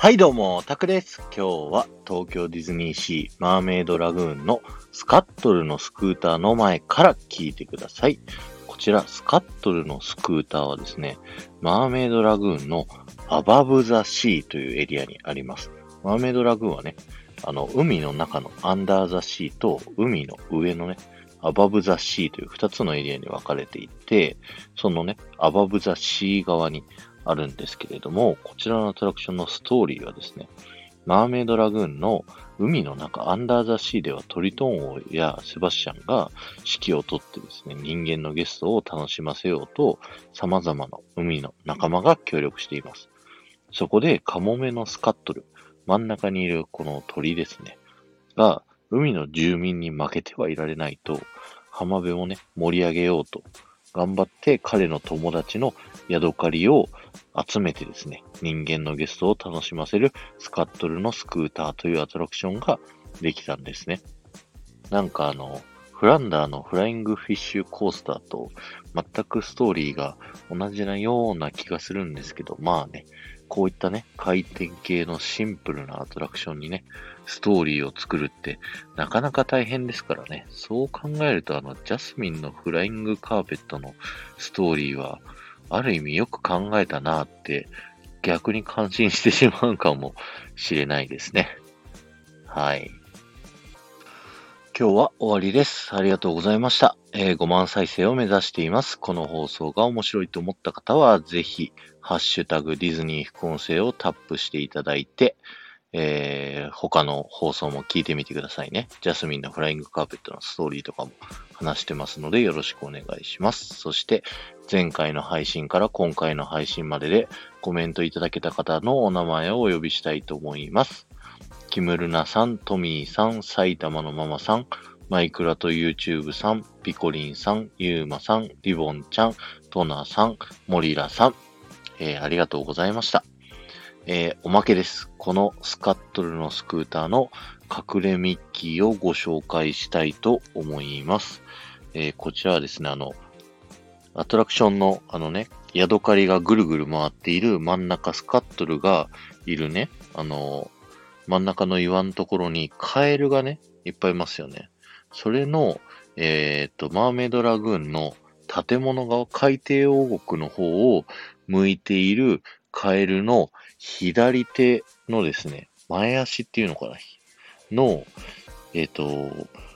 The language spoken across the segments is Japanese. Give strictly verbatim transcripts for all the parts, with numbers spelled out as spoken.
はいどうも、タクです。今日は東京ディズニーシーマーメイドラグーンのスカットルのスクーターの前から聞いてください。こちらスカットルのスクーターはですね、マーメイドラグーンのアバブザシーというエリアにあります。マーメイドラグーンはね、あの、海の中のアンダーザシーと海の上のね、アバブザシーという二つのエリアに分かれていて、そのね、アバブザシー側にあるんですけれども、こちらのアトラクションのストーリーはですね、マーメイドラグーンの海の中、アンダーザシーではトリトン王やセバスチャンが指揮を取ってですね、人間のゲストを楽しませようと、様々な海の仲間が協力しています。そこで、カモメのスカットル、真ん中にいるこの鳥ですね、が、海の住民に負けてはいられないと、浜辺をね、盛り上げようと、頑張って彼の友達のヤドカリを集めてですね、人間のゲストを楽しませるスカットルのスクーターというアトラクションができたんですね。なんかあの、フランダーのフライングフィッシュコースターと全くストーリーが同じなような気がするんですけど、まあね、こういったね、回転系のシンプルなアトラクションにね、ストーリーを作るってなかなか大変ですからね。そう考えるとあの、ジャスミンのフライングカーペットのストーリーは、ある意味よく考えたなって逆に感心してしまうかもしれないですね。はい。今日は終わりです。ありがとうございました。えー、ごまん再生を目指しています。この放送が面白いと思った方は、ぜひ、ハッシュタグディズニー副音声をタップしていただいて、えー、他の放送も聞いてみてくださいね。ジャスミンのフライングカーペットのストーリーとかも話してますのでよろしくお願いします。そして、前回の配信から今回の配信まででコメントいただけた方のお名前をお呼びしたいと思います。キムルナさん、トミーさん、埼玉のママさん、マイクラと YouTube さん、ピコリンさん、ユーマさん、リボンちゃん、トナさん、モリラさん、えー、ありがとうございました。えー、おまけです。このスカットルのスクーターの隠れミッキーをご紹介したいと思います。えー、こちらはですね、あの、アトラクションのあのね、ヤドカリがぐるぐる回っている真ん中スカットルがいるね、あの、真ん中の岩のところにカエルがね、いっぱいいますよね。それの、えっと、マーメイドラグーンの建物側、海底王国の方を向いているカエルの左手のですね、前足っていうのかなの、えっと、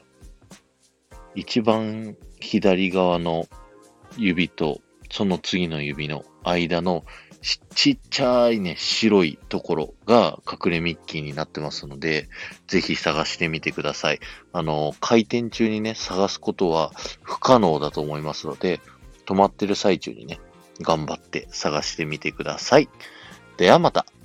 一番左側の指と、その次の指の間のちちっちゃいね、白いところが隠れミッキーになってますので、ぜひ探してみてください。あの、開店中にね、探すことは不可能だと思いますので、止まってる最中にね、頑張って探してみてください。ではまた。